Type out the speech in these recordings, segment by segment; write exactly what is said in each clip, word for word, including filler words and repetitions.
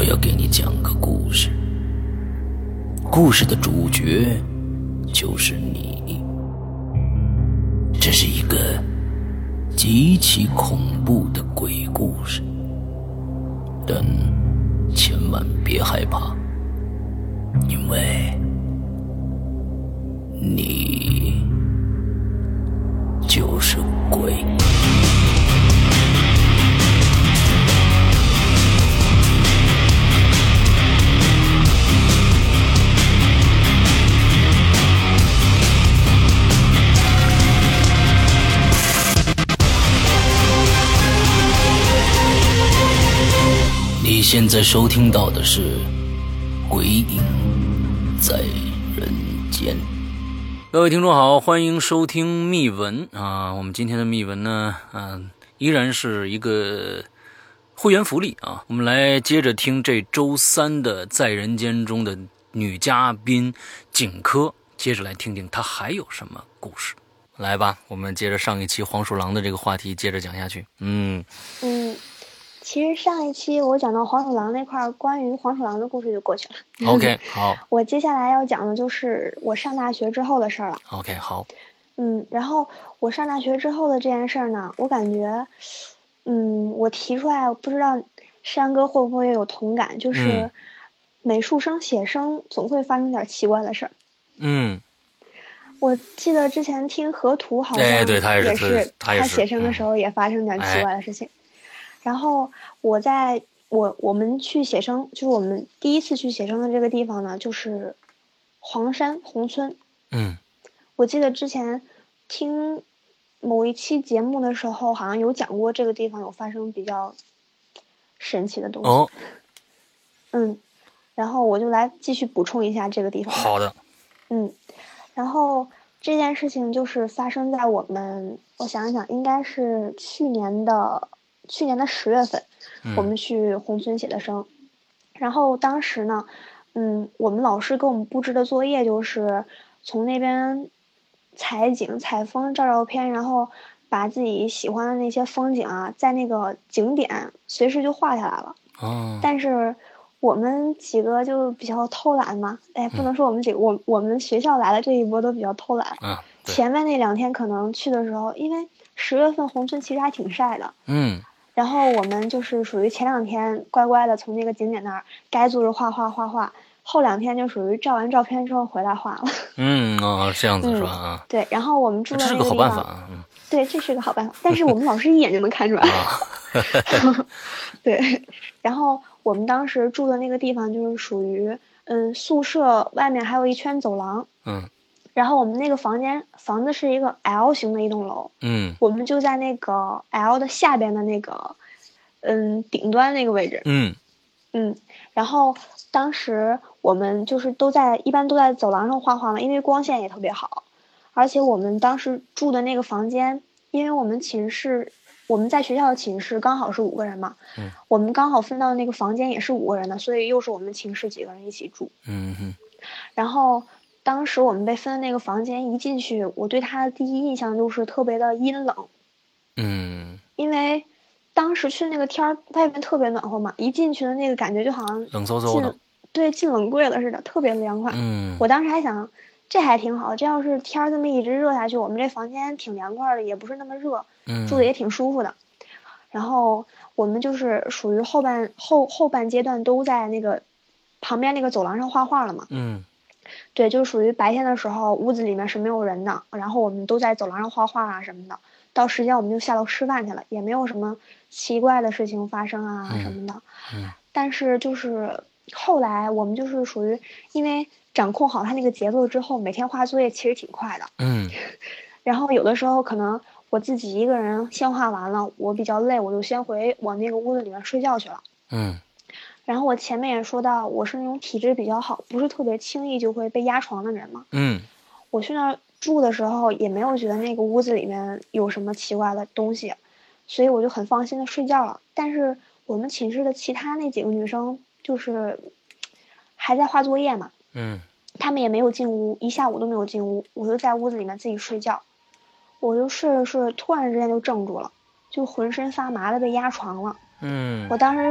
我要给你讲个故事，故事的主角就是你。这是一个极其恐怖的鬼故事，但千万别害怕，因为你就是鬼。你现在收听到的是《鬼影在人间》。各位听众好，欢迎收听密文啊！我们今天的密文呢，嗯、啊，依然是一个会员福利啊。我们来接着听这周三的《在人间》中的女嘉宾景科，接着来听听她还有什么故事。来吧，我们接着上一期黄鼠狼的这个话题接着讲下去。嗯嗯。其实上一期我讲到黄鼠狼那块，关于黄鼠狼的故事就过去了。 OK， 好。 我接下来要讲的就是我上大学之后的事儿了。 OK， 好。 嗯，然后我上大学之后的这件事儿呢，我感觉，嗯，我提出来，我不知道山哥会不会有同感，就是美术生写生总会发生点奇怪的事儿。 嗯。 我记得之前听河图好像哎，对，他也是他写生的时候也发生点奇怪的事情。哎，然后我在我我们去写生，就是我们第一次去写生的这个地方呢，就是黄山宏村。 嗯， 我记得之前听某一期节目的时候，好像有讲过这个地方有发生比较神奇的东西。 哦， 嗯，然后我就来继续补充一下这个地方。 好的。 嗯，然后这件事情就是发生在我们，我想一想，应该是去年的。去年的十月份，我们去宏村写的生，嗯，然后当时呢，嗯，我们老师给我们布置的作业就是从那边采景、采风、照照片，然后把自己喜欢的那些风景啊，在那个景点随时就画下来了。 哦。 但是我们几个就比较偷懒嘛，哎，不能说我们几个，嗯，我我们学校来的这一波都比较偷懒。 嗯， 前面那两天可能去的时候，因为十月份宏村其实还挺晒的。 嗯。 然后我们就是属于前两天乖乖的从那个景点那儿该做着画画画画，后两天就属于照完照片之后回来画了。 嗯哦，这样子是吧？啊、 嗯，对。然后我们住的那个地方， 这是个好办法。嗯， 对，这是个好办法。但是我们老师一眼就能看出来。对。然后我们当时住的那个地方就是属于嗯宿舍外面还有一圈走廊。 嗯。 然后我们那个房间房子是一个 L 型的一栋楼， 嗯， 我们就在那个 L 的下边的那个，嗯，顶端那个位置， 嗯， 嗯，然后当时我们就是都在一般都在走廊上画画嘛，因为光线也特别好，而且我们当时住的那个房间，因为我们寝室我们在学校的寝室刚好是五个人嘛， 嗯， 我们刚好分到那个房间也是五个人的，所以又是我们寝室几个人一起住， 嗯哼， 然后。当时我们被分的那个房间一进去，我对他的第一印象就是特别的阴冷。 嗯， 因为当时去那个天儿，外面特别暖和嘛，一进去的那个感觉就好像冷飕飕的， 对，进冷柜了似的，特别凉快。 嗯， 我当时还想，这还挺好，这要是天儿这么一直热下去，我们这房间挺凉快的，也不是那么热， 嗯， 住的也挺舒服的。然后我们就是属于后半后后半阶段都在那个旁边那个走廊上画画了嘛。 嗯。 对，就属于白天的时候屋子里面是没有人的，然后我们都在走廊上画画啊什么的，到时间我们就下楼吃饭去了，也没有什么奇怪的事情发生啊什么的。 嗯，嗯， 但是就是后来我们就是属于因为掌控好他那个节奏之后，每天画作业其实挺快的。 嗯， 然后有的时候可能我自己一个人先画完了，我比较累，我就先回我那个屋子里面睡觉去了。 嗯。 然后我前面也说到，我是那种体质比较好，不是特别轻易就会被压床的人嘛。 嗯。 我去那儿住的时候，也没有觉得那个屋子里面有什么奇怪的东西，所以我就很放心的睡觉了。但是我们寝室的其他那几个女生，就是还在画作业嘛。 嗯。 她们也没有进屋，一下午都没有进屋，我就在屋子里面自己睡觉。我就睡着睡着，突然之间就怔住了，就浑身发麻的被压床了。 嗯。 我当时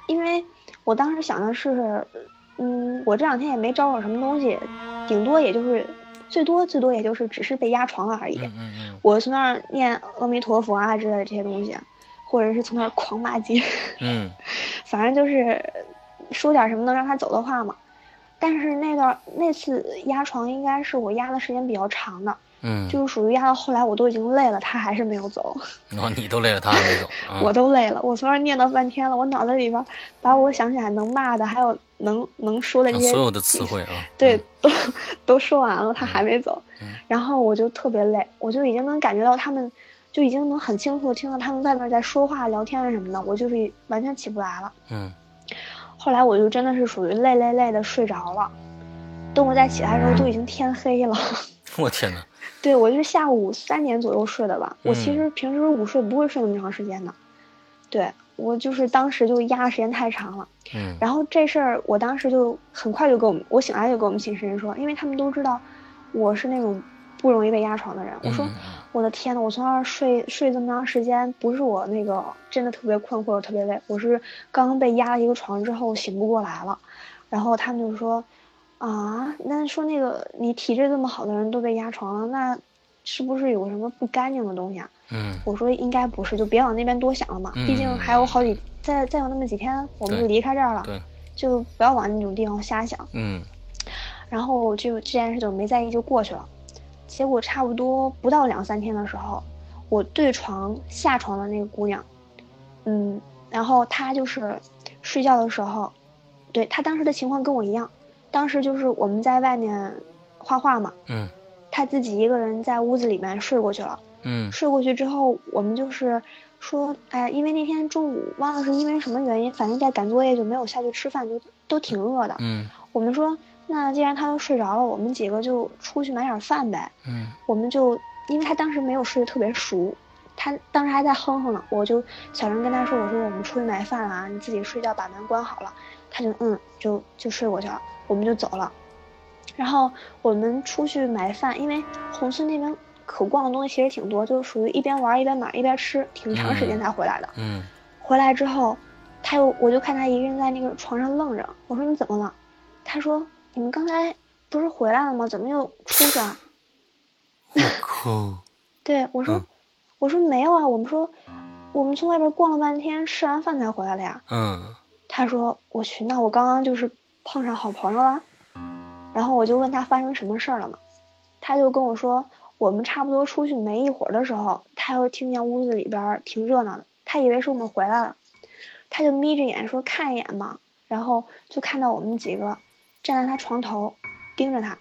因为我当时想的是，嗯，我这两天也没招惹什么东西，顶多也就是最多最多也就是只是被压床了而已。 嗯嗯嗯， 我从那儿念阿弥陀佛啊之类的这些东西，或者是从那儿狂骂街， 嗯， 反正就是说点什么能让他走的话嘛。但是那段那次压床应该是我压的时间比较长的， 嗯， 就是属于压到后来我都已经累了，他还是没有走。 然后你都累了，他还没走，啊、 我都累了，我从那儿念叨半天了，我脑子里边把我想起来能骂的，还有能能说的这些、 啊、所有的词汇啊， 对， 嗯、 都都说完了，他还没走、 嗯， 然后我就特别累，我就已经能感觉到他们，就已经能很清楚的听到他们外面在说话、聊天什么的，我就是完全起不来了。 嗯， 后来我就真的是属于累累累的睡着了，等我再起来的时候都已经天黑了。 我天哪！ 对，我就是下午三点左右睡的吧。 嗯、 我其实平时午睡不会睡那么长时间的。对，我就是当时就压的时间太长了。 嗯。 然后这事儿我当时就很快就跟我们，我醒来就跟我们寝室人说，因为他们都知道我是那种不容易被压床的人。我说，我的天呐，我从那儿睡睡这么长时间，不是我那个真的特别困或者特别累，我是刚刚被压了一个床之后醒不过来了。然后他们就说。啊，那说那个你体质这么好的人都被压床了，那是不是有什么不干净的东西啊？ 嗯， 我说应该不是，就别往那边多想了嘛， 嗯、 毕竟还有好几再再有那么几天我们就离开这儿了， 对， 就不要往那种地方瞎想。 嗯， 然后就这件事就没在意就过去了。结果差不多不到两三天的时候，我对床下床的那个姑娘，嗯，然后她就是睡觉的时候，对她当时的情况跟我一样。当时就是我们在外面画画嘛， 嗯， 他自己一个人在屋子里面睡过去了， 嗯， 睡过去之后，我们就是说，哎，因为那天中午忘了是因为什么原因，反正在赶作业就没有下去吃饭，就都挺饿的， 嗯， 我们说，那既然他都睡着了，我们几个就出去买点饭呗， 嗯， 我们就因为他当时没有睡得特别熟，他当时还在哼哼呢，我就小声跟他说，我说我们出去买饭了啊，你自己睡觉把门关好了，他就嗯就就睡过去了。我们就走了，然后我们出去买饭，因为宏村那边可逛的东西其实挺多，就属于一边玩一边买一边吃，挺长时间才回来的。 嗯， 回来之后，他又我就看他一个人在那个床上愣着，我说你怎么了？他说你们刚才不是回来了吗？怎么又出去啊？ 我靠！ 对我说、嗯，我说没有啊，我们说我们从外边逛了半天，吃完饭才回来的呀。 嗯， 他说我去，那我刚刚就是。碰上好朋友了，然后我就问他发生什么事儿了嘛，他就跟我说，我们差不多出去没一会儿的时候，他又听见屋子里边挺热闹的，他以为是我们回来了，他就眯着眼说看一眼嘛，然后就看到我们几个站在他床头盯着他，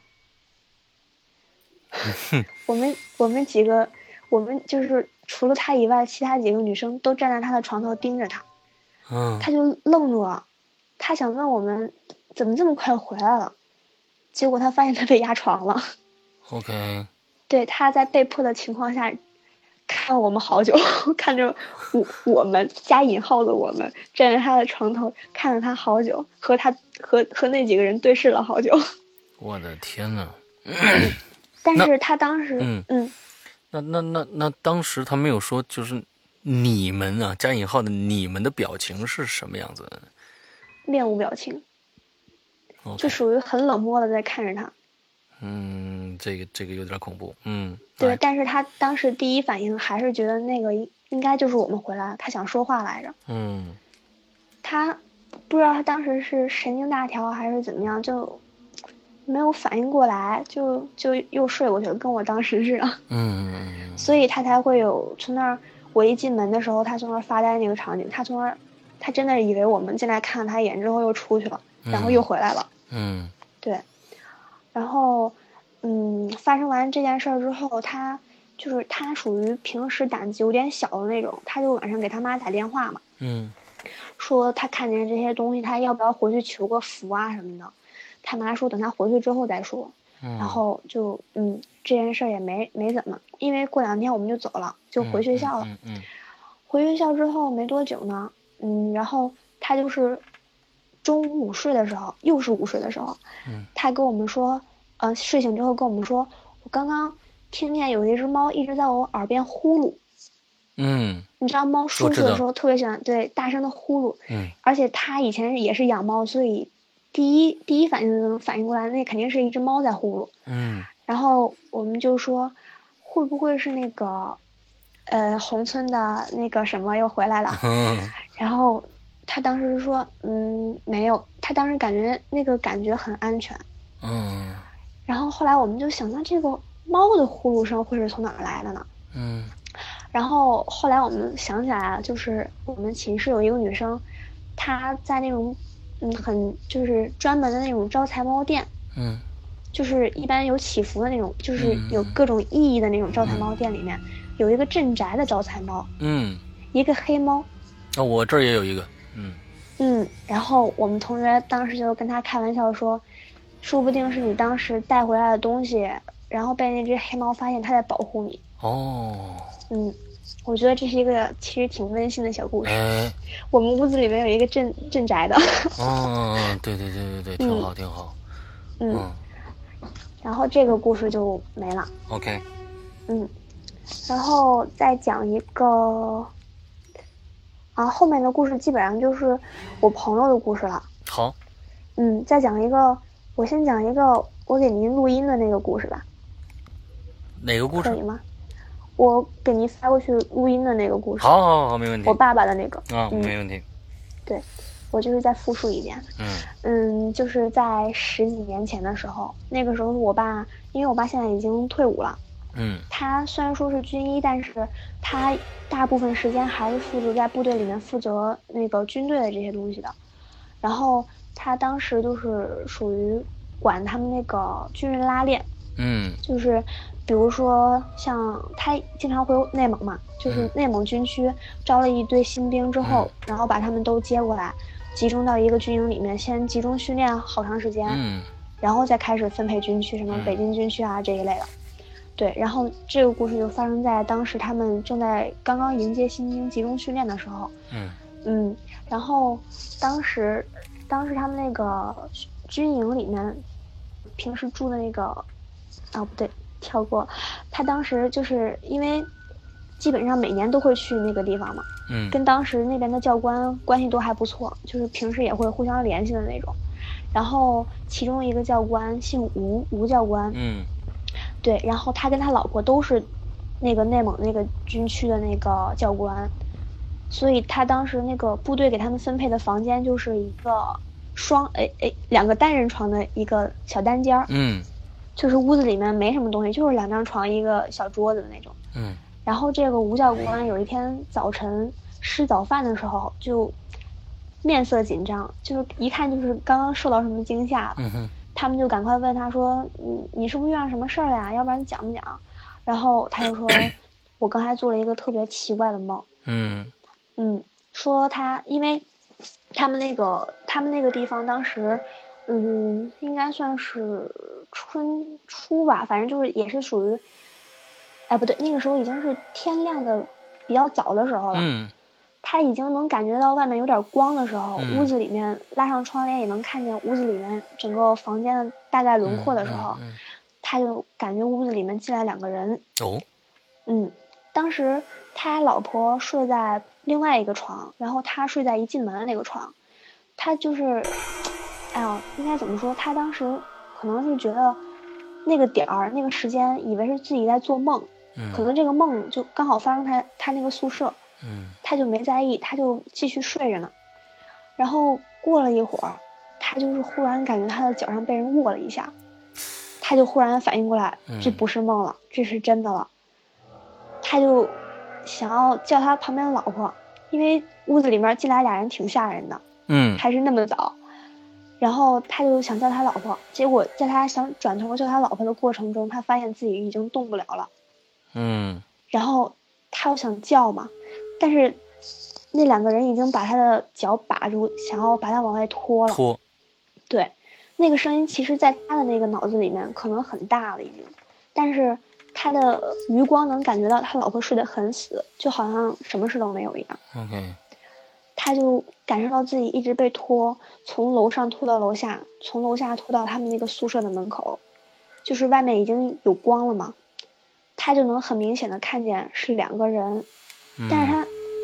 我们我们几个我们就是除了他以外，其他几个女生都站在他的床头盯着他， 嗯， 他就愣住了，他想问我们。怎么这么快回来了？结果他发现他被压床了。 OK。 对，他在被迫的情况下，看了我们好久，看着我我们加引号的我们站在他的床头看了他好久，和他和和那几个人对视了好久。 我的天哪！ 但是他当时， 嗯嗯， 那那那那当时他没有说，就是你们啊，加引号的你们的表情是什么样子的？ 面无表情。 Okay. 就属于很冷漠的在看着他， 嗯，这个这个有点恐怖，嗯， 对，但是他当时第一反应还是觉得那个应该就是我们回来了，他想说话来着， 嗯， 他不知道他当时是神经大条还是怎么样，就没有反应过来，就就又睡过去了，跟我当时似的， 嗯， 所以他才会有从那儿我一进门的时候，他从那儿发呆那个场景，他从那儿他真的以为我们进来看了他一眼之后又出去了。然后又回来了， 嗯， 对，然后，嗯，发生完这件事儿之后，他就是他属于平时胆子有点小的那种，他就晚上给他妈打电话嘛， 嗯， 说他看见这些东西，他要不要回去求个福啊什么的，他妈说等他回去之后再说， 嗯、 然后就嗯这件事儿也没没怎么，因为过两天我们就走了，就回学校了， 嗯 嗯, 嗯， 回学校之后没多久呢，嗯，然后他就是。中午午睡的时候，又是午睡的时候， 嗯， 他跟我们说，呃，睡醒之后跟我们说，我刚刚听见有一只猫一直在我耳边呼噜， 嗯， 你知道猫舒服的时候特别喜欢对大声的呼噜， 嗯， 而且它以前也是养猫，所以第一第一反应就能反应过来，那肯定是一只猫在呼噜。 嗯， 然后我们就说，会不会是那个，呃，宏村的那个什么又回来了？ 嗯， 然后他当时说，嗯，没有，他当时感觉那个感觉很安全。 嗯， 然后后来我们就想，那这个猫的呼噜声会是从哪儿来的呢？ 嗯， 然后后来我们想起来了，就是我们寝室有一个女生，她在那种，嗯，很就是专门的那种招财猫店， 嗯， 就是一般有祈福的那种，就是有各种意义的那种招财猫店里面，有一个镇宅的招财猫， 嗯， 一个黑猫。 啊，我这儿也有一个，嗯， 嗯，然后我们同学当时就跟他开玩笑说，说不定是你当时带回来的东西，然后被那只黑猫发现，它在保护你。 哦， 嗯，我觉得这是一个其实挺温馨的小故事。 哎， 我们屋子里面有一个镇镇宅的。 哦，对对对对对，挺好挺好。 嗯， 嗯， 然后这个故事就没了。 OK。 嗯，然后再讲一个，啊，后面的故事基本上就是我朋友的故事了。 好。 嗯，再讲一个，我先讲一个我给您录音的那个故事吧。 哪个故事？ 可以吗？我给您发过去录音的那个故事。 好好好，没问题。 我爸爸的那个。 啊， 嗯、 没问题。 对，我就是再复述一遍。 嗯嗯，就是在十几年前的时候，那个时候我爸，因为我爸现在已经退伍了。 嗯， 他虽然说是军医，但是他大部分时间还是负责在部队里面负责那个军队的这些东西的。然后他当时就是属于管他们那个军人拉练。 嗯， 就是比如说像他经常会有内蒙嘛，就是内蒙军区招了一堆新兵之后， 嗯、 然后把他们都接过来，集中到一个军营里面，先集中训练好长时间， 嗯， 然后再开始分配军区，什么北京军区啊、嗯、这一类的。对，然后这个故事就发生在当时他们正在刚刚迎接新兵集中训练的时候。 嗯嗯，然后当时当时他们那个军营里面平时住的那个啊不对跳过，他当时就是因为基本上每年都会去那个地方嘛， 嗯， 跟当时那边的教官关系都还不错，就是平时也会互相联系的那种。然后其中一个教官姓吴，吴教官， 嗯， 对，然后他跟他老婆都是那个内蒙那个军区的那个教官，所以他当时那个部队给他们分配的房间就是一个双哎哎两个单人床的一个小单间， 嗯， 就是屋子里面没什么东西，就是两张床一个小桌子的那种。 嗯， 然后这个吴教官有一天早晨吃早饭的时候就面色紧张，就是一看就是刚刚受到什么惊吓了。 嗯哼， 他们就赶快问他说：“你你是不是遇上什么事儿了呀？要不然讲不讲？”然后他就说：“我刚才做了一个特别奇怪的梦。” 嗯嗯，说他因为他们那个他们那个地方当时，嗯，应该算是春初吧，反正就是也是属于，哎不对，那个时候已经是天亮的比较早的时候了。 嗯， 他已经能感觉到外面有点光的时候， 嗯、 屋子里面拉上窗帘也能看见屋子里面整个房间的大概轮廓的时候， 嗯嗯嗯、 他就感觉屋子里面进来两个人。 哦， 嗯，当时他老婆睡在另外一个床，然后他睡在一进门的那个床。他就是，哎呀，应该怎么说？他当时可能是觉得那个点儿、那个时间，以为是自己在做梦， 嗯、 可能这个梦就刚好发生在他那个宿舍。 嗯， 他就没在意，他就继续睡着呢。然后过了一会儿，他就是忽然感觉他的脚上被人握了一下，他就忽然反应过来，这不是梦了，这是真的了。他就想要叫他旁边的老婆，因为屋子里面进来俩人挺吓人的， 嗯， 还是那么早。然后他就想叫他老婆，结果在他想转头叫他老婆的过程中，他发现自己已经动不了了。 嗯， 然后他又想叫嘛。但是那两个人已经把他的脚把住，想要把他往外拖了。 拖， 对，那个声音其实在他的那个脑子里面可能很大了已经，但是他的余光能感觉到他老婆睡得很死，就好像什么事都没有一样。 OK， 他就感受到自己一直被拖，从楼上拖到楼下，从楼下拖到他们那个宿舍的门口，就是外面已经有光了嘛，他就能很明显的看见是两个人。但是他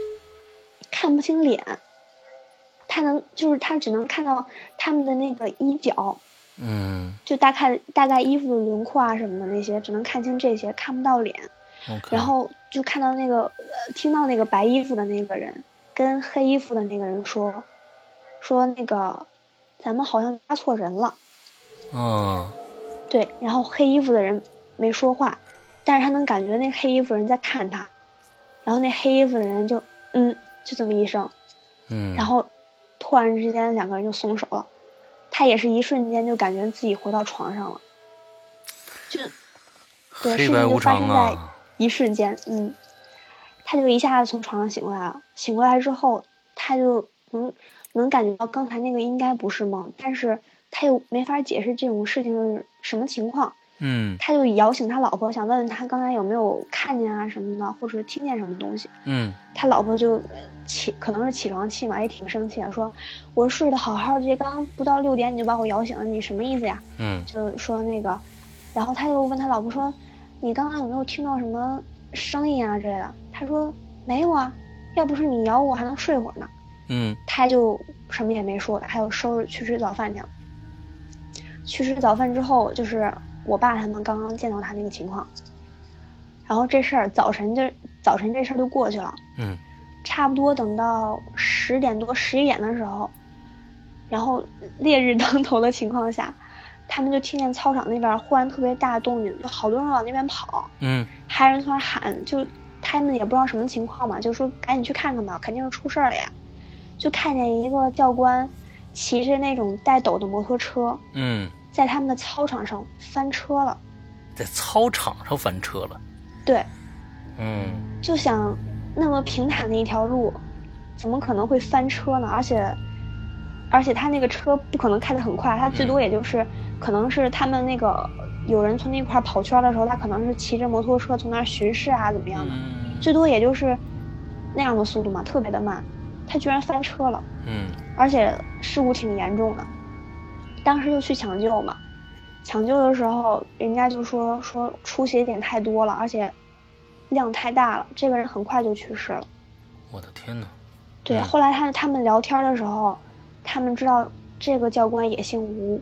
看不清脸，他能就是他只能看到他们的那个衣角， 嗯， 就大概大概衣服的轮廓啊什么的那些，只能看清这些，看不到脸。 Okay. 然后就看到那个呃，听到那个白衣服的那个人跟黑衣服的那个人说，说那个咱们好像拉错人了。 嗯， 对，然后黑衣服的人没说话，但是他能感觉那黑衣服人在看他，然后那黑衣服的人就嗯，就这么一声， 嗯， 然后突然之间两个人就松手了，他也是一瞬间就感觉自己回到床上了，就对，事情就发生在一瞬间，嗯，他就一下子从床上醒过来了，醒过来之后，他就能能感觉到刚才那个应该不是梦，但是他又没法解释这种事情是什么情况， 嗯， 他就摇醒他老婆，想问问他刚才有没有看见啊什么的，或者听见什么东西， 嗯， 他老婆就起可能是起床气嘛，也挺生气的，说我睡得好好的，刚不到六点你就把我摇醒了，你什么意思呀？ 嗯， 就说那个，然后他就问他老婆说，你刚刚有没有听到什么声音啊之类的？他说没有啊，要不是你摇我还能睡会儿呢。 嗯， 他就什么也没说，他就收拾去吃早饭去了。去吃早饭之后，就是我爸他们刚刚见到他那个情况，然后这事儿早晨就早晨这事儿就过去了。 嗯， 差不多等到十点多十一点的时候，然后烈日当头的情况下，他们就听见操场那边忽然特别大的动静，就好多人往那边跑， 嗯， 还有人从那喊，就他们也不知道什么情况嘛，就说赶紧去看看吧，肯定是出事儿了呀。就看见一个教官骑着那种带斗的摩托车， 嗯， 在他们的操场上翻车了， 在操场上翻车了。 对， 嗯， 就想那么平坦的一条路，怎么可能会翻车呢？而且，而且他那个车不可能开得很快，他最多也就是、嗯、可能是他们那个有人从那块跑圈的时候，他可能是骑着摩托车从那儿巡视啊，怎么样的， 嗯、 最多也就是那样的速度嘛，特别的慢。他居然翻车了， 嗯， 而且事故挺严重的。当时就去抢救嘛，抢救的时候，人家就说说出血点太多了，而且量太大了，这个人很快就去世了。 我的天哪！ 对，嗯、后来他他们聊天的时候，他们知道这个教官也姓吴。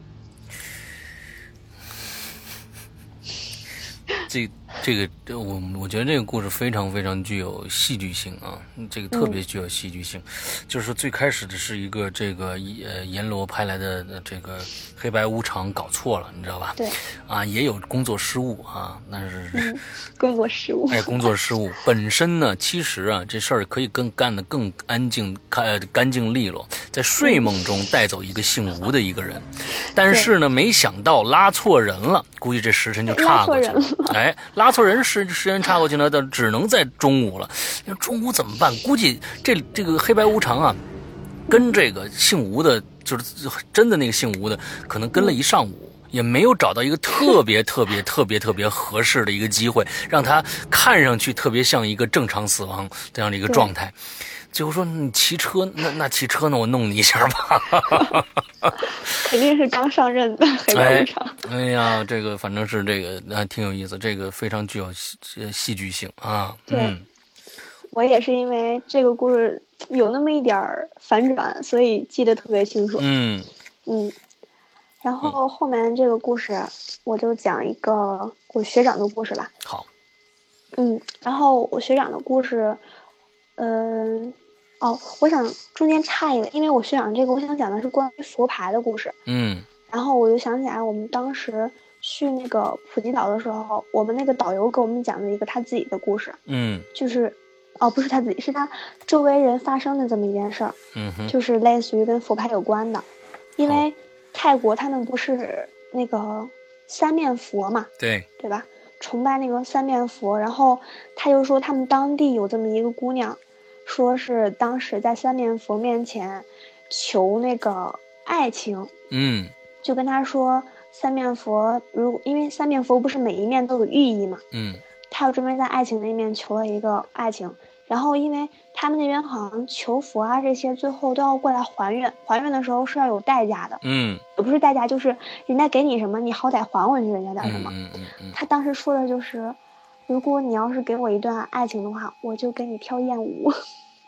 这这个我我觉得这个故事非常非常具有戏剧性啊，这个特别具有戏剧性。嗯、就是最开始的是一个这个呃阎罗派来的这个黑白无常搞错了，你知道吧？ 对。 啊，也有工作失误啊，但是、 嗯、工作失误。 哎，工作失误本身呢，其实啊这事儿可以更干得更安静、干干净利落，在睡梦中带走一个姓吴的一个人，嗯、但是呢，没想到拉错人了，估计这时辰就差过去了。哎，拉错人时时间差过去呢，但只能在中午了。那中午怎么办？估计这这个黑白无常啊，跟这个姓吴的，就是真的那个姓吴的，可能跟了一上午，也没有找到一个特别特别特别特别合适的一个机会，让他看上去特别像一个正常死亡这样的一个状态。最后说你骑车，那那骑车呢？我弄你一下吧。 肯定是刚上任的黑白无常。 哎, 哎呀，这个反正是这个还挺有意思，这个非常具有戏戏剧性啊。 对、 嗯， 我也是因为这个故事有那么一点反转，所以记得特别清楚。 嗯嗯，然后后面这个故事我就讲一个我学长的故事吧。 好。 嗯，然后我学长的故事，嗯、呃。哦，我想中间插一个，因为我学长这个，我想讲的是关于佛牌的故事。 嗯， 然后我就想起来，我们当时去那个普吉岛的时候，我们那个导游给我们讲的一个他自己的故事。 嗯， 就是，哦，不是他自己，是他周围人发生的这么一件事儿。 嗯哼， 就是类似于跟佛牌有关的，因为泰国他们不是那个三面佛嘛， 对， 对吧？崇拜那个三面佛，然后他就说他们当地有这么一个姑娘。说是当时在三面佛面前求那个爱情， 嗯， 就跟他说三面佛，如果因为三面佛不是每一面都有寓意嘛， 嗯， 他就专门在爱情那面求了一个爱情，然后因为他们那边好像求佛啊这些最后都要过来还愿，还愿的时候是要有代价的， 嗯， 也不是代价，就是人家给你什么，你好歹还回去人家点什么， 嗯嗯嗯， 他当时说的就是。如果你要是给我一段爱情的话，我就给你跳艳舞。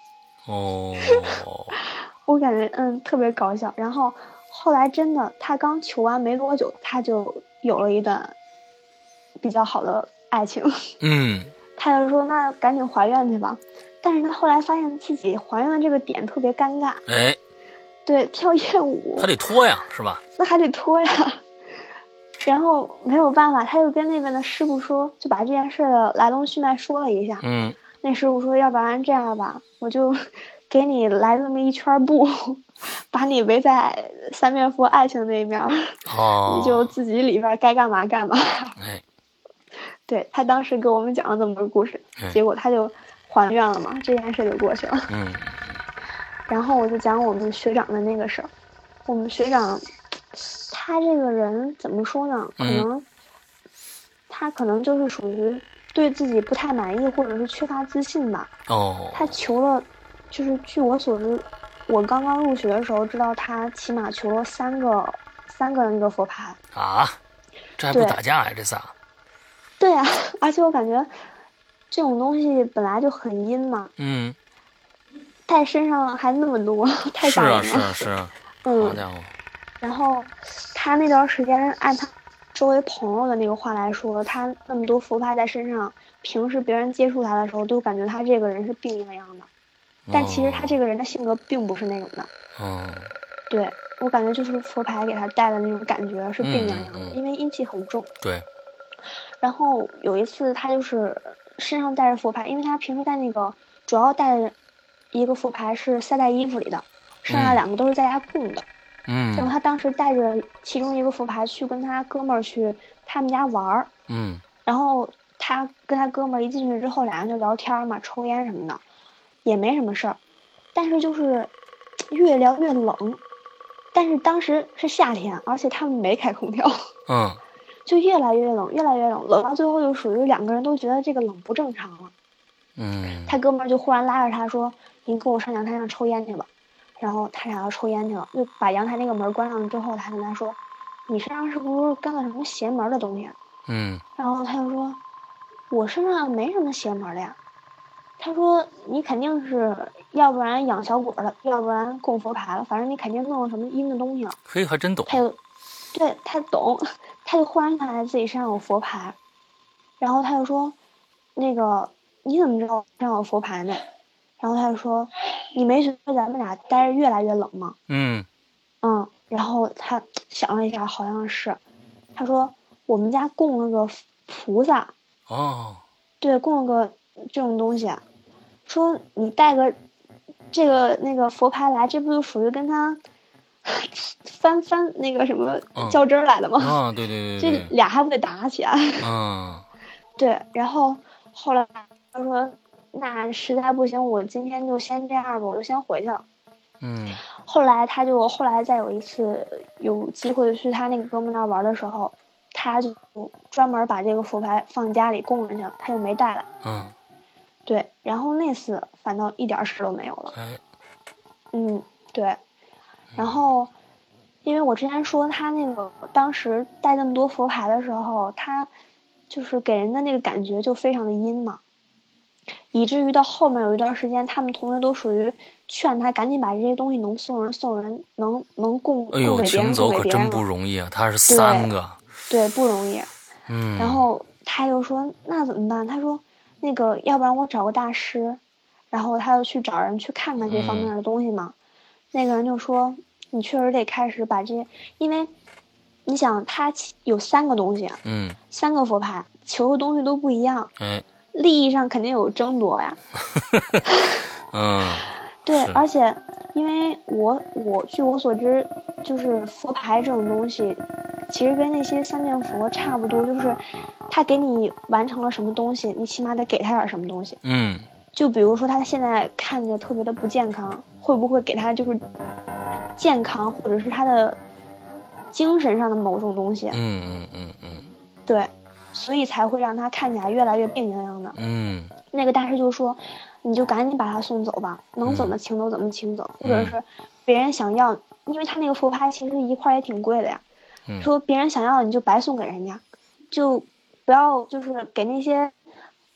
哦， 我感觉嗯特别搞笑。然后后来真的，他刚求完没多久，他就有了一段比较好的爱情。 嗯， 他就说那赶紧还愿去吧。但是他后来发现自己还愿的这个点特别尴尬。 哎， 对，跳艳舞他得拖呀，是吧？ 那还得拖呀。然后没有办法，他就跟那边的师傅说，就把这件事的来龙去脉说了一下。 嗯， 那师傅说，要不然这样吧，我就给你来这么一圈布，把你围在三面佛爱情那面， 哦， 你就自己里边该干嘛干嘛。 哎， 对，他当时给我们讲了这么个故事， 哎结果他就还愿了嘛，这件事就过去了。 嗯， 然后我就讲我们学长的那个事儿，我们学长。他这个人怎么说呢？可能、嗯、他可能就是属于对自己不太满意，或者是缺乏自信吧。 哦。 他求了，就是据我所知，我刚刚入学的时候知道他起码求了三个三个那个佛牌。 啊？这还不打架呀？这仨？ 对呀、啊，而且我感觉这种东西本来就很阴嘛。 嗯。 带身上还那么多，太吓人了。 是啊，是啊，是啊。 嗯。 好家伙。 然后他那段时间按他周围朋友的那个话来说，他那么多佛牌在身上，平时别人接触他的时候都感觉他这个人是病怏怏的，但其实他这个人的性格并不是那种的。 嗯， 对，我感觉就是佛牌给他带的那种感觉是病怏怏的、 嗯嗯、 因为阴气很重。 对。 然后有一次他就是身上带着佛牌，因为他平时带那个主要带一个佛牌是塞在衣服里的，剩下两个都是在家供的。 嗯， 然后他当时带着其中一个佛牌去跟他哥们儿去他们家玩儿， 嗯， 然后他跟他哥们儿一进去之后，俩人就聊天嘛，抽烟什么的，也没什么事儿，但是就是越聊越冷，但是当时是夏天，而且他们没开空调， 嗯， 就越来越冷，越来越冷，冷到最后就属于两个人都觉得这个冷不正常了， 嗯， 他哥们儿就忽然拉着他说：“你跟我上阳台上抽烟去吧。”然后他俩要抽烟去了，就把阳台那个门关上之后，他跟他说：“你身上是不是跟了什么邪门的东西？” 嗯， 然后他就说：“我身上没什么邪门的呀。”他说：“你肯定是要不然养小鬼了，要不然供佛牌了，反正你肯定弄了什么阴的东西了。” 嘿，还真懂。 他就，对他懂，他就忽然想起来自己身上有佛牌，然后他就说：“那个你怎么知道我身上有佛牌呢？”然后他就说：“你没觉得咱们俩待着越来越冷吗？” 嗯嗯，然后他想了一下，好像是，他说我们家供了个菩萨。 哦。 对，供了个这种东西，说你带个这个那个佛牌来，这不就属于跟他翻翻那个什么较真来了吗？ 啊、哦，对对对对， 这俩还不得打起来？ 嗯， 对，然后后来他说。那实在不行，我今天就先这样吧，我就先回去了。 嗯。 后来他就后来再有一次有机会去他那个哥们那玩的时候，他就专门把这个佛牌放家里供着去了，他就没带来。 嗯。 对，然后那次反倒一点事都没有了。 哎。 嗯，对。然后，因为我之前说他那个当时带那么多佛牌的时候，他就是给人的那个感觉就非常的阴嘛。以至于到后面有一段时间，他们同学都属于劝他赶紧把这些东西能送人送人，能能供哎呦， 供给别人请走可真不容易啊！他是三个， 对，对不容易。 嗯。 然后他就说：“那怎么办？”他说：“那个，要不然我找个大师。”然后他就去找人去看看这方面的东西嘛。嗯、那个人就说：“你确实得开始把这些，因为你想，他有三个东西， 嗯， 三个佛牌，求的东西都不一样。” 哎。 利益上肯定有争夺呀， 嗯， 对，而且因为我我据我所知，就是佛牌这种东西，其实跟那些三面佛差不多，就是他给你完成了什么东西，你起码得给他点什么东西。 嗯， 就比如说他现在看着特别的不健康，会不会给他就是健康或者是他的精神上的某种东西？ 嗯嗯嗯嗯， 对。所以才会让他看起来越来越病怏怏的。 嗯， 那个大师就说：“你就赶紧把他送走吧，能怎么请走怎么请走， 嗯、 或者是别人想要，因为他那个佛牌其实一块也挺贵的呀。 嗯、 说别人想要你就白送给人家，就不要就是给那些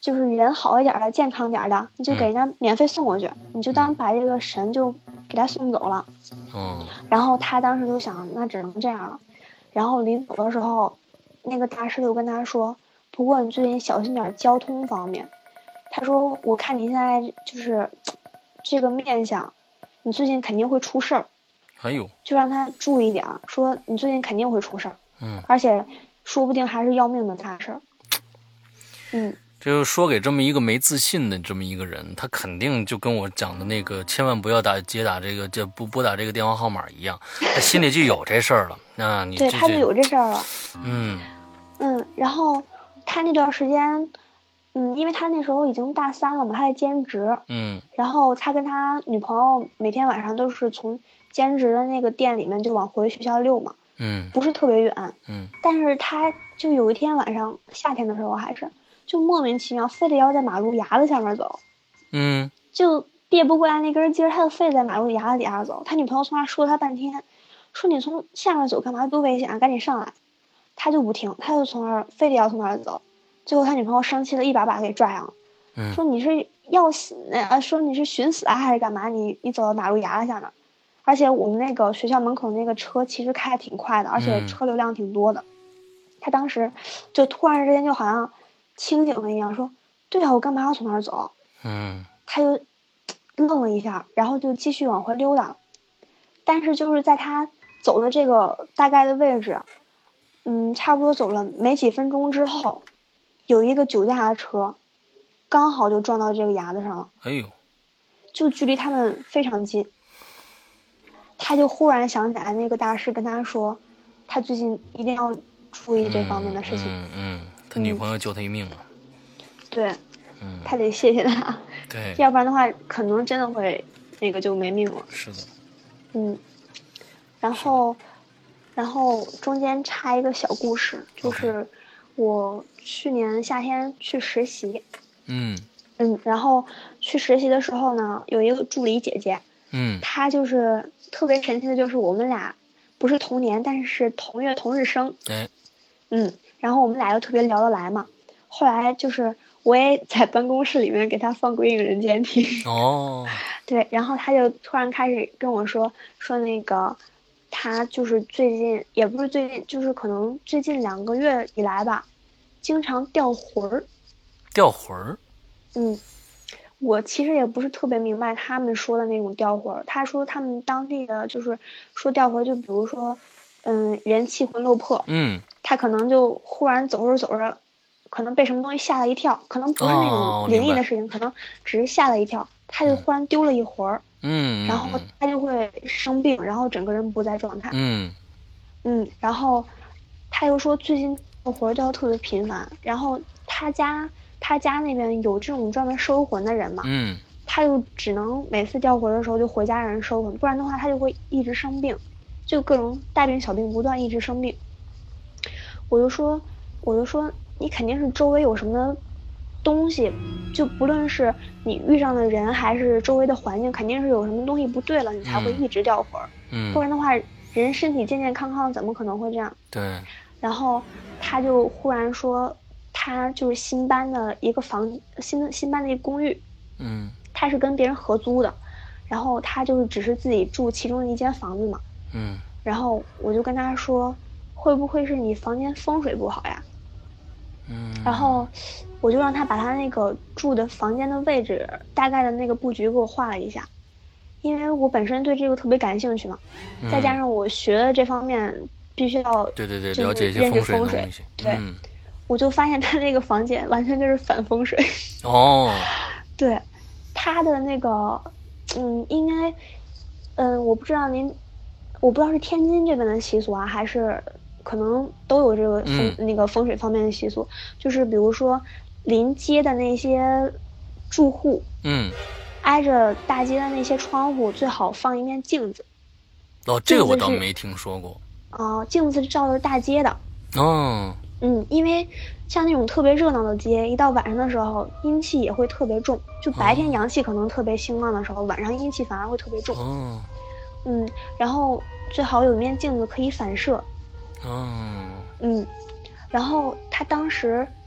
就是人好一点的、健康点的，你就给人家免费送过去， 嗯、 你就当把这个神就给他送走了。 哦。 然后他当时就想，那只能这样了。然后临走的时候，那个大师就跟他说：“不过你最近小心点交通方面。”他说：“我看你现在就是这个面相，你最近肯定会出事儿。” 还有， 就让他注意点，说你最近肯定会出事儿。 嗯， 而且说不定还是要命的大事儿。嗯。 这就说给这么一个没自信的这么一个人，他肯定就跟我讲的那个千万不要打接打这个这不拨打这个电话号码一样，他心里就有这事儿了。那你对，他就有这事儿了。 嗯嗯，然后他那段时间，嗯，因为他那时候已经大三了嘛，他在兼职。 嗯， 然后他跟他女朋友每天晚上都是从兼职的那个店里面就往回学校溜嘛。 嗯， 不是特别远。 嗯， 但是他就有一天晚上，夏天的时候还是。就莫名其妙，非得要在马路牙子下面走， 嗯， 就别不过来那根筋儿，他就非得在马路牙子底下走。他女朋友从那说他半天，说你从下面走干嘛？多危险啊！赶紧上来。他就不听，他就从那儿非得要从那儿走。最后他女朋友生气了，一把把给拽上了， 嗯，说你是要死呢？说你是寻死啊还是干嘛？你你走到马路牙子下面，而且我们那个学校门口那个车其实开的挺快的，而且车流量挺多的。嗯、他当时就突然之间就好像。清醒了一样，说：“对啊，我干嘛要从那儿走？” 嗯， 他就愣了一下，然后就继续往回溜达。但是就是在他走的这个大概的位置，嗯，差不多走了没几分钟之后，有一个酒驾的车，刚好就撞到这个牙子上了。 哎呦， 就距离他们非常近。他就忽然想起来，那个大师跟他说，他最近一定要注意这方面的事情。 嗯 嗯, 嗯，他女朋友救他一命了。 嗯、对， 嗯， 他得谢谢他。 对， 要不然的话，可能真的会那个就没命了。 是的。 嗯，然后，然后中间插一个小故事，就是我去年夏天去实习。 嗯嗯，然后去实习的时候呢，有一个助理姐姐。 嗯， 她就是特别神奇的，就是我们俩不是同年，但是同月同日生。 对。 嗯，然后我们俩又特别聊得来嘛。后来就是我也在办公室里面给她放《鬼影人间》听。 哦。 对，然后她就突然开始跟我说说那个，她就是最近也不是最近，就是可能最近两个月以来吧，经常掉魂儿。 掉魂儿。 嗯。我其实也不是特别明白他们说的那种掉魂儿。他说他们当地的就是说掉魂儿，就比如说，嗯，人气魂落魄， 嗯， 他可能就忽然走着走着，可能被什么东西吓了一跳，可能不是那种灵异的事情， 哦、 可能只是吓了一跳，他就忽然丢了一魂儿， 嗯， 然后他就会生病，然后整个人不在状态， 嗯嗯，然后他又说最近掉魂儿掉的特别频繁，然后他家。他家那边有这种专门收魂的人嘛， 嗯， 他就只能每次掉魂的时候就回家让人收魂，不然的话他就会一直生病，就各种大病小病不断，一直生病。我就说，我就说你肯定是周围有什么东西，就不论是你遇上的人还是周围的环境，肯定是有什么东西不对了，你才会一直掉魂。 嗯， 不然的话，人身体健健康康，怎么可能会这样？ 对。 然后他就忽然说。他就是新搬的一个房，新的新搬的一个公寓， 嗯， 他是跟别人合租的，然后他就是只是自己住其中的一间房子嘛， 嗯， 然后我就跟他说，会不会是你房间风水不好呀？ 嗯， 然后我就让他把他那个住的房间的位置大概的那个布局给我画了一下，因为我本身对这个特别感兴趣嘛， 嗯、 再加上我学的这方面必须要对对对了解一些风水的东西， 对。 嗯， 我就发现他那个房间完全就是反风水。 哦， 对，他的那个，嗯，应该，嗯，我不知道您，我不知道是天津这边的习俗啊，还是可能都有这个风、嗯、那个风水方面的习俗，就是比如说临街的那些住户， 嗯， 挨着大街的那些窗户最好放一面镜子。 哦，这个我倒没听说过。 哦、呃，镜子是照着大街的。 哦。 嗯，因为像那种特别热闹的街，一到晚上的时候，阴气也会特别重。就白天阳气可能特别兴旺的时候，哦、晚上阴气反而会特别重。 哦。 嗯，然后最好有一面镜子可以反射。 哦。 嗯，然后他当时，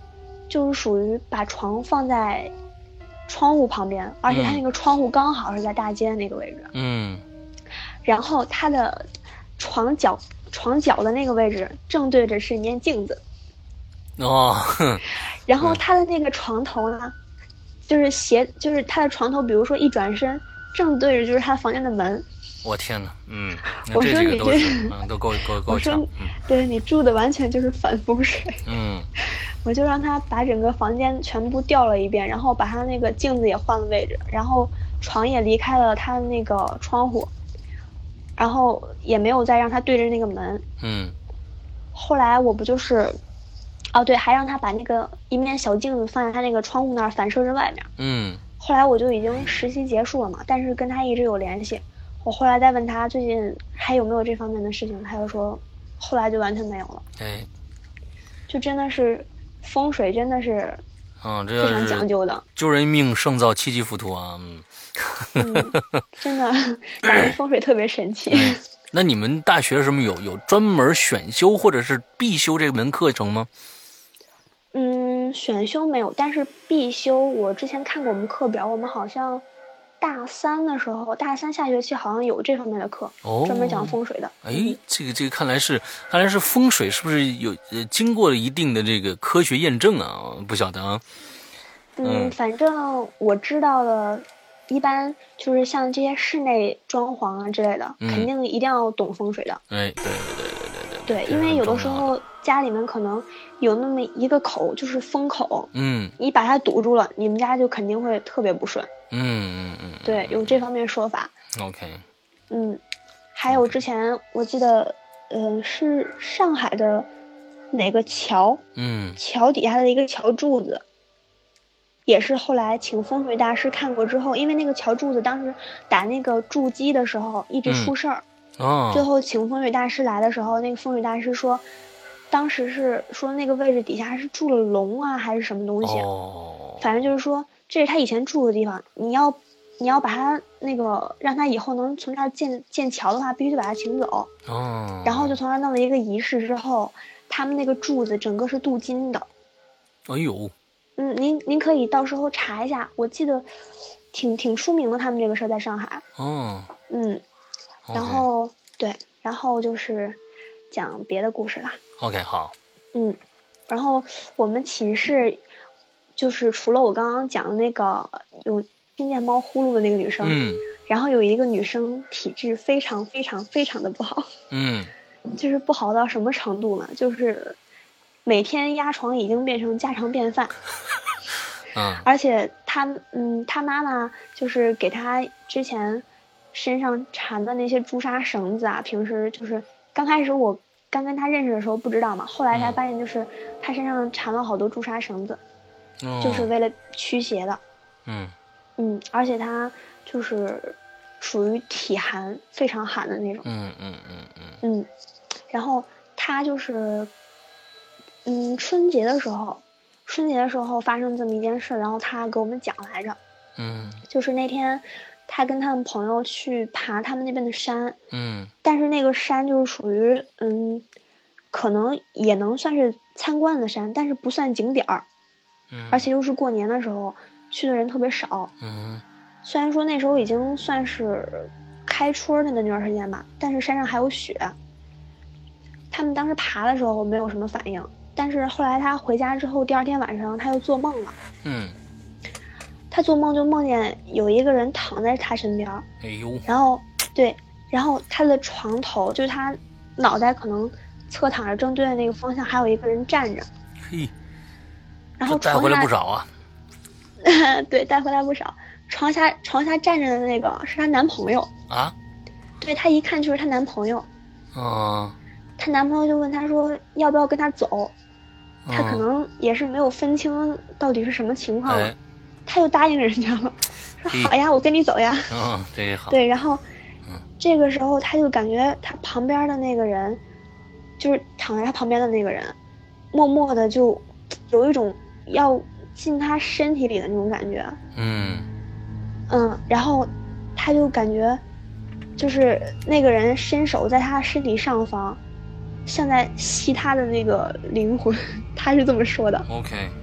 就是属于把床放在窗户旁边，而且他那个窗户刚好是在大街的那个位置。 嗯， 然后他的床角床角的那个位置正对着是一面镜子。 哦， 然后他的那个床头呢，就是斜，就是他的床头，比如说一转身，正对着就是他房间的门。 我天哪，嗯， 我说你这嗯都够够够呛。 嗯，对你住的完全就是反风水。 嗯， 我就让他把整个房间全部调了一遍，然后把他那个镜子也换了位置，然后床也离开了他那个窗户，然后也没有再让他对着那个门。 嗯， 后来我不就是。哦，对，还让他把那个一面小镜子放在他那个窗户那儿，反射着外面。 嗯， 后来我就已经实习结束了嘛，但是跟他一直有联系。我后来再问他最近还有没有这方面的事情，他就说后来就完全没有了。 哎， 就真的是风水真的是， 嗯，这非常讲究的。 救人一命胜造七级浮屠啊！ 嗯，嗯真的感觉风水特别神奇。 嗯、那你们大学什么有有专门选修或者是必修这门课程吗？ 嗯，选修没有，但是必修我之前看过我们课表，我们好像大三的时候，大三下学期好像有这方面的课， 哦， 专门讲风水的。 哎，这个这个看来是看来是风水是不是有呃经过了一定的这个科学验证啊？不晓得啊。 嗯，嗯反正我知道的，一般就是像这些室内装潢啊之类的， 嗯、 肯定一定要懂风水的。 哎，对对对对对对，因为有的时候家里面可能有那么一个口，就是风口， 嗯， 你把它堵住了，你们家就肯定会特别不顺。 嗯嗯嗯， 对，有这方面说法。 OK。 嗯，还有之前我记得，嗯、呃，是上海的哪个桥， 嗯， 桥底下的一个桥柱子，也是后来请风水大师看过之后，因为那个桥柱子当时打那个筑基的时候一直出事儿。 嗯哦， 最后请风水大师来的时候，那个风水大师说，当时是说那个位置底下是住了龙啊，还是什么东西？ 哦， 反正就是说这是他以前住的地方，你要你要把他那个让他以后能从这儿建建桥的话，必须把他请走。 哦， 然后就从那儿弄了一个仪式之后，他们那个柱子整个是镀金的。 哎呦， 嗯，您您可以到时候查一下，我记得挺挺出名的，他们这个事儿在上海。 哦， 嗯。然后、okay. 对，然后就是讲别的故事啦。 OK， 好。 嗯，然后我们寝室就是除了我刚刚讲的那个有听见猫呼噜的那个女生， 嗯， 然后有一个女生体质非常非常非常的不好， 嗯， 就是不好到什么程度呢？就是每天压床已经变成家常便饭。 嗯， 而且她嗯，她妈妈就是给她之前身上缠的那些朱砂绳子啊，平时就是刚开始我刚跟他认识的时候不知道嘛，后来才发现就是他身上缠了好多朱砂绳子， 嗯、 就是为了驱邪的。 嗯嗯，而且他就是属于体寒，非常寒的那种。 嗯嗯嗯嗯嗯，然后他就是嗯春节的时候，春节的时候发生这么一件事，然后他给我们讲来着。 嗯， 就是那天。他跟他们朋友去爬他们那边的山， 嗯， 但是那个山就是属于嗯，可能也能算是参观的山，但是不算景点儿， 嗯， 而且又是过年的时候，去的人特别少， 嗯， 虽然说那时候已经算是开春的那段时间吧，但是山上还有雪。他们当时爬的时候没有什么反应，但是后来他回家之后，第二天晚上他又做梦了， 嗯。 他做梦就梦见有一个人躺在他身边， 哎呦， 然后对，然后他的床头就是他脑袋可能侧躺着正对着那个方向，还有一个人站着。 嘿， 然后带回来不少啊。 对，带回来不少。床下床下站着的那个是她男朋友啊？ 对，她一看就是她男朋友。 哦。 她男朋友就问她说要不要跟她走，她可能也是没有分清到底是什么情况。 哎， 他就答应人家了，说好呀，我跟你走呀。 嗯，这也好。 对，然后， 嗯， 这个时候他就感觉他旁边的那个人，就是躺在他旁边的那个人，默默的就有一种要进他身体里的那种感觉。 嗯嗯，然后他就感觉，就是那个人伸手在他身体上方，像在吸他的那个灵魂，他是这么说的。 OK。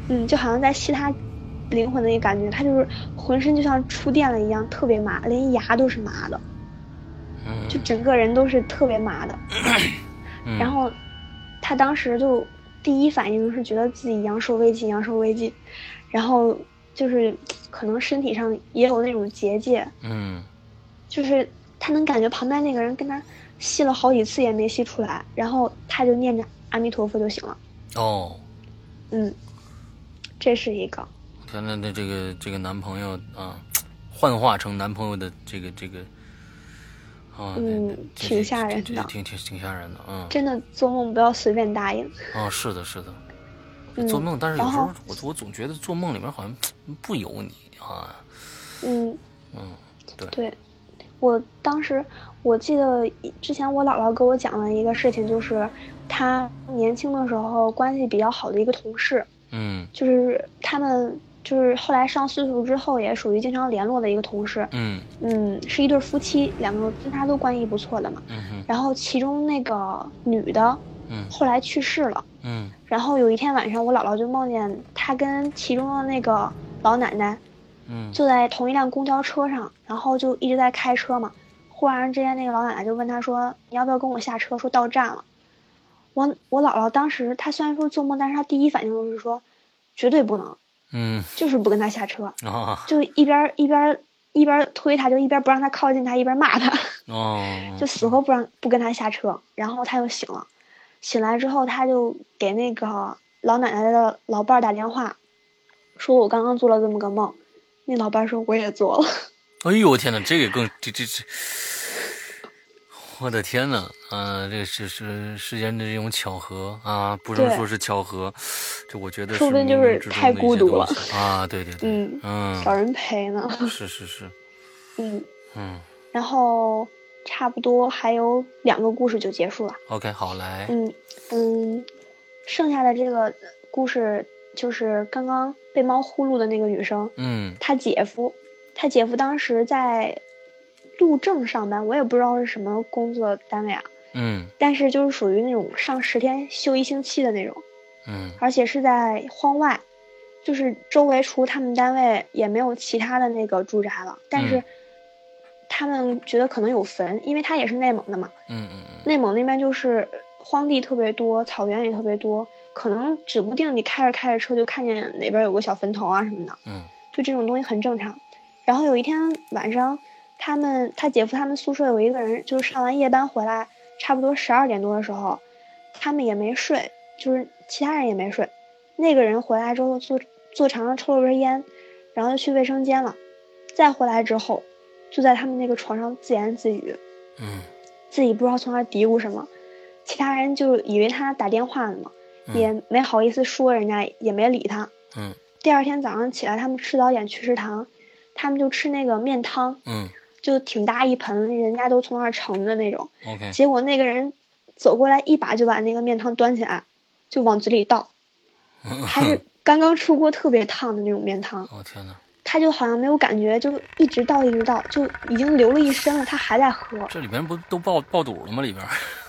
嗯，就好像在吸他灵魂的一个感觉，他就是浑身就像触电了一样，特别麻，连牙都是麻的，就整个人都是特别麻的。然后他当时就第一反应是觉得自己阳寿未尽，阳寿未尽，然后就是可能身体上也有那种结界， 嗯， 就是他能感觉旁边那个人跟他吸了好几次也没吸出来，然后他就念着阿弥陀佛就行了。 哦， 嗯，这是一个。 天呐，那这个这个男朋友啊，幻化成男朋友的这个这个。啊、 嗯，挺吓人的， 挺挺挺吓人的，嗯， 真的做梦不要随便答应。 啊，是的，是的，做梦， 嗯、 但是有时候我我总觉得做梦里面好像不由你啊。 嗯嗯，对对，我当时我记得之前我姥姥跟我讲了一个事情，就是她年轻的时候关系比较好的一个同事， 嗯， 就是他们。就是后来上岁数之后，也属于经常联络的一个同事。 嗯嗯，是一对夫妻，两个跟他都关系不错的嘛。 嗯然后其中那个女的， 嗯， 后来去世了。 嗯。 然后有一天晚上，我姥姥就梦见她跟其中的那个老奶奶， 嗯， 坐在同一辆公交车上，然后就一直在开车嘛。忽然之间，那个老奶奶就问她说：“你要不要跟我下车？”说到站了。我我姥姥当时她虽然说做梦，但是她第一反应就是说，绝对不能。 嗯， 就是不跟他下车， 哦， 就一边一边一边推他，就一边不让他靠近他，一边骂他， 哦， 就死活不让不跟他下车。然后他又醒了，醒来之后他就给那个老奶奶的老伴儿打电话，说我刚刚做了这么个梦。那老伴儿说我也做了。 哎呦我天哪，这个更这这这，我的天哪！啊，这个是是世间的这种巧合啊，不能说是巧合，这我觉得说不定就是太孤独了啊！对对对， 嗯嗯， 找人陪呢。 是是是， 嗯嗯， 然后差不多还有两个故事就结束了。 OK， 好来， 嗯嗯，剩下的这个故事就是刚刚被猫呼噜的那个女生， 嗯， 她姐夫，她姐夫当时在路政上班，我也不知道是什么工作单位啊， 嗯， 但是就是属于那种上十天休一星期的那种， 嗯， 而且是在荒外，就是周围除他们单位也没有其他的那个住宅了，但是他们觉得可能有坟，因为他也是内蒙的嘛， 嗯嗯嗯， 内蒙那边就是荒地特别多，草原也特别多，可能指不定你开着开着车就看见哪边有个小坟头啊什么的， 嗯， 就这种东西很正常。然后有一天晚上，他们他姐夫他们宿舍有一个人，就是上完夜班回来，差不多十二点多的时候，他们也没睡，就是其他人也没睡。那个人回来之后坐坐床上抽了根烟，然后就去卫生间了。再回来之后，就在他们那个床上自言自语， 嗯， 自己不知道从哪嘀咕什么，其他人就以为他打电话呢嘛， 嗯、 也没好意思说人家，也没理他。 嗯。 第二天早上起来，他们吃早点去食堂，他们就吃那个面汤， 嗯， 就挺大一盆，人家都从那儿盛的那种。 OK。 结果那个人走过来，一把就把那个面汤端起来，就往嘴里倒，还是刚刚出锅特别烫的那种面汤。 哦天哪！ 他就好像没有感觉，就一直倒一直倒，就已经流了一身了，他还在喝。 这里边不都爆爆肚了吗？里边，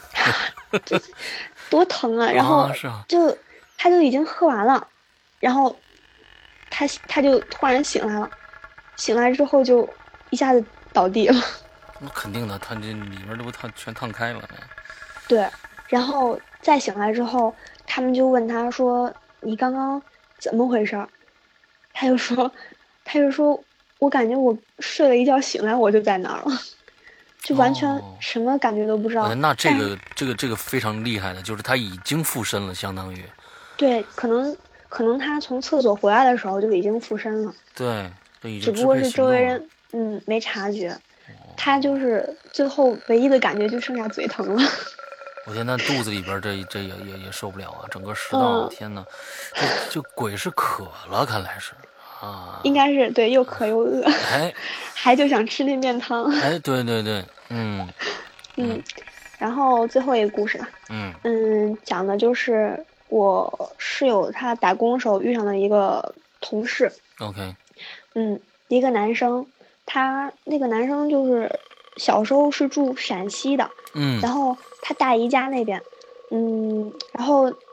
多疼啊！然后就、啊、他就已经喝完了，然后他他就突然醒来了，醒来之后就一下子倒地了。 那肯定的，他这里边都烫全烫开了。 对，然后再醒来之后，他们就问他说：“你刚刚怎么回事？”他就说。他就说，我感觉我睡了一觉醒来我就在那儿了，就完全什么感觉都不知道。 哦、那这个这个这个非常厉害的，就是他已经附身了，相当于。 对，可能可能他从厕所回来的时候就已经附身了。 对，已经只不过是周围人嗯没察觉，他就是最后唯一的感觉就剩下嘴疼了。 我天，那肚子里边这这也也也受不了啊，整个食道，嗯、天哪，这就鬼是渴了，看来是。啊， 应该是对，又渴又饿， 哎， 还就想吃那面汤。 哎，对对对，嗯嗯，然后最后一个故事吧， 嗯嗯，讲的就是我室友他打工时候遇上的一个同事 ，OK， 嗯，一个男生，他那个男生就是小时候是住陕西的， 嗯， 然后他大姨家那边，嗯，然后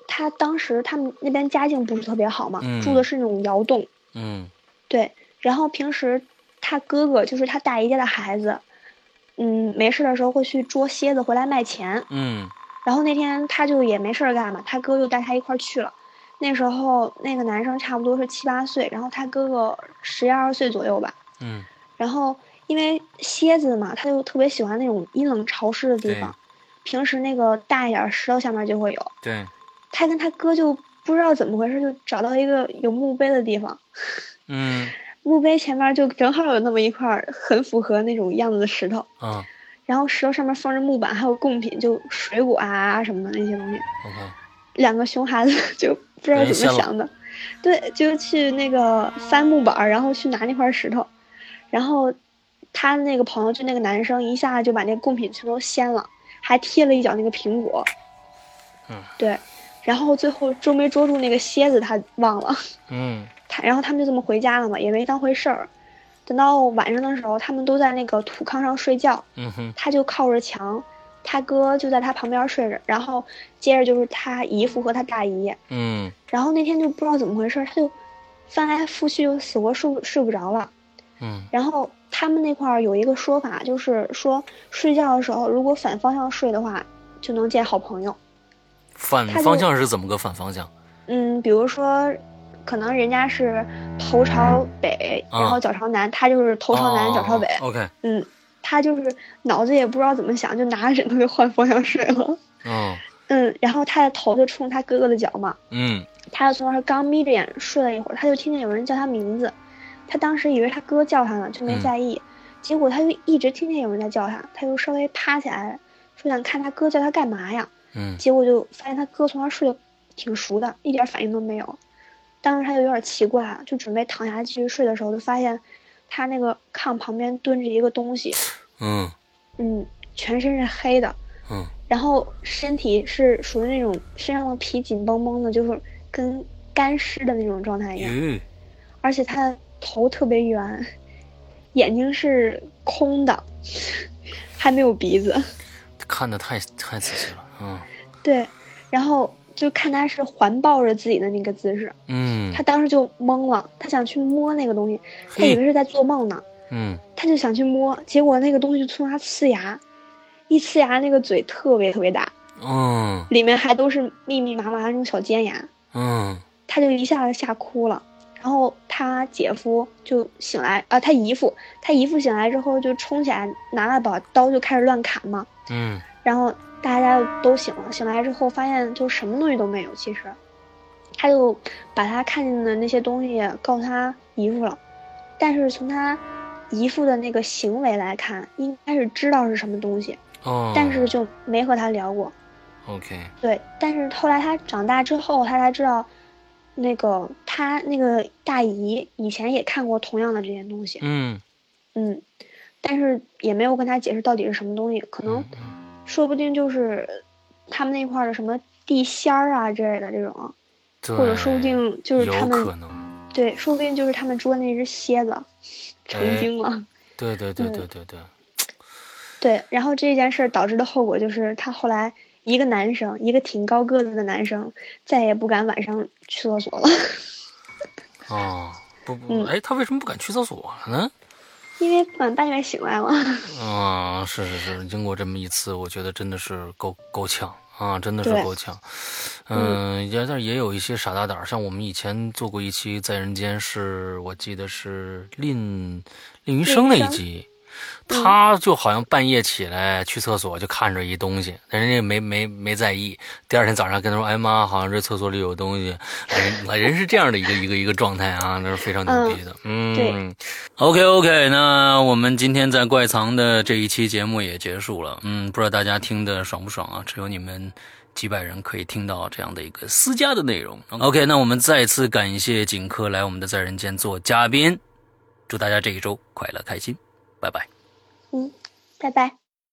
他当时他们那边家境不是特别好嘛， 嗯、 住的是那种窑洞。 嗯， 对。然后平时他哥哥就是他大姨家的孩子，嗯，没事的时候会去捉蝎子回来卖钱。 嗯。 然后那天他就也没事干嘛，他哥就带他一块去了。那时候那个男生差不多是七八岁，然后他哥哥十一二岁左右吧。 嗯。 然后因为蝎子嘛，他就特别喜欢那种阴冷潮湿的地方，平时那个大一点石头下面就会有。 对。 他跟他哥就不知道怎么回事，就找到一个有墓碑的地方。 嗯。 墓碑前面就正好有那么一块很符合那种样子的石头。 嗯。 然后石头上面放着木板，还有贡品，就水果啊什么的那些东西。 Okay. 两个熊孩子就不知道怎么想的，对，就去那个翻木板，然后去拿那块石头，然后他那个朋友就那个男生一下就把那个贡品全都掀了，还踢了一脚那个苹果。 嗯， 对，然后最后捉没捉住那个蝎子他忘了。 嗯， 他然后他们就这么回家了嘛，也没当回事儿。等到晚上的时候，他们都在那个土炕上睡觉。 嗯哼， 他就靠着墙，他哥就在他旁边睡着，然后接着就是他姨父和他大姨。 嗯， 然后那天就不知道怎么回事，他就翻来覆去就死活睡不睡不着了。 嗯， 然后他们那块儿有一个说法，就是说睡觉的时候如果反方向睡的话，就能见好朋友。 反方向是怎么个反方向？ 嗯，比如说。可能人家是头朝北， 嗯、 然后脚朝南，他就是头朝南， 哦、 脚朝北。 OK， 嗯，他就是脑子也不知道怎么想，就拿着枕头就换方向睡了。 嗯嗯，然后他的头就冲他哥哥的脚嘛。 嗯， 他就从那刚眯着眼睡了一会儿，他就听见有人叫他名字，他当时以为他哥叫他呢，就没在意。嗯、结果他就一直听见有人在叫他，他就稍微趴起来，说想看他哥叫他干嘛呀。 嗯， 结果就发现他哥从那睡得挺熟的，一点反应都没有。当时他就有点奇怪了，就准备躺下继续睡的时候，就发现他那个炕旁边蹲着一个东西。 嗯嗯，全身是黑的。 嗯， 然后身体是属于那种身上的皮紧绷绷的，就是跟干尸的那种状态一样。 嗯， 而且他的头特别圆，眼睛是空的，还没有鼻子。 看得太太仔细了。嗯， 对，然后就看他是环抱着自己的那个姿势。 嗯， 他当时就懵了，他想去摸那个东西，他以为是在做梦呢。 嗯， 他就想去摸，结果那个东西就冲他呲牙，一呲牙那个嘴特别特别大。 嗯， 里面还都是密密麻麻的那种小尖牙。 嗯， 他就一下子吓哭了。然后他姐夫就醒来啊，他姨父，他姨父醒来之后就冲起来拿了把刀就开始乱砍嘛。 嗯， 然后大家都醒了，醒来之后发现就什么东西都没有。其实，他就把他看见的那些东西告诉他姨父了，但是从他姨父的那个行为来看，应该是知道是什么东西。 哦， 但是就没和他聊过。 OK。 对，但是后来他长大之后，他才知道，那个他那个大姨以前也看过同样的这些东西。 嗯嗯，但是也没有跟他解释到底是什么东西，可能说不定就是他们那块的什么地仙儿啊之类的这种，或者说不定就是他们， 有可能， 对，说不定就是他们捉那只蝎子成精了。 对对对对对对。嗯对，然后这件事导致的后果就是他后来一个男生，一个挺高个子的男生，再也不敢晚上去厕所了。 哦，不不，哎、嗯，他为什么不敢去厕所了呢？ 因为不敢半夜醒来嘛。 啊、嗯，是是是，经过这么一次，我觉得真的是够够呛啊，真的是够呛。嗯，也、嗯、但也有一些傻大胆，像我们以前做过一期《在人间》，是我记得是令令云生那一集。他就好像半夜起来去厕所，就看着一东西，但人家没没没在意。第二天早上跟他说：“哎妈，好像这厕所里有东西。人”人是这样的一个一个一个状态啊，那是非常牛逼的。嗯，嗯 OK OK， 那我们今天在怪藏的这一期节目也结束了。嗯，不知道大家听得爽不爽啊？只有你们几百人可以听到这样的一个私家的内容。OK， 那我们再次感谢景科来我们的在人间做嘉宾，祝大家这一周快乐开心，拜拜。 嗯，拜拜。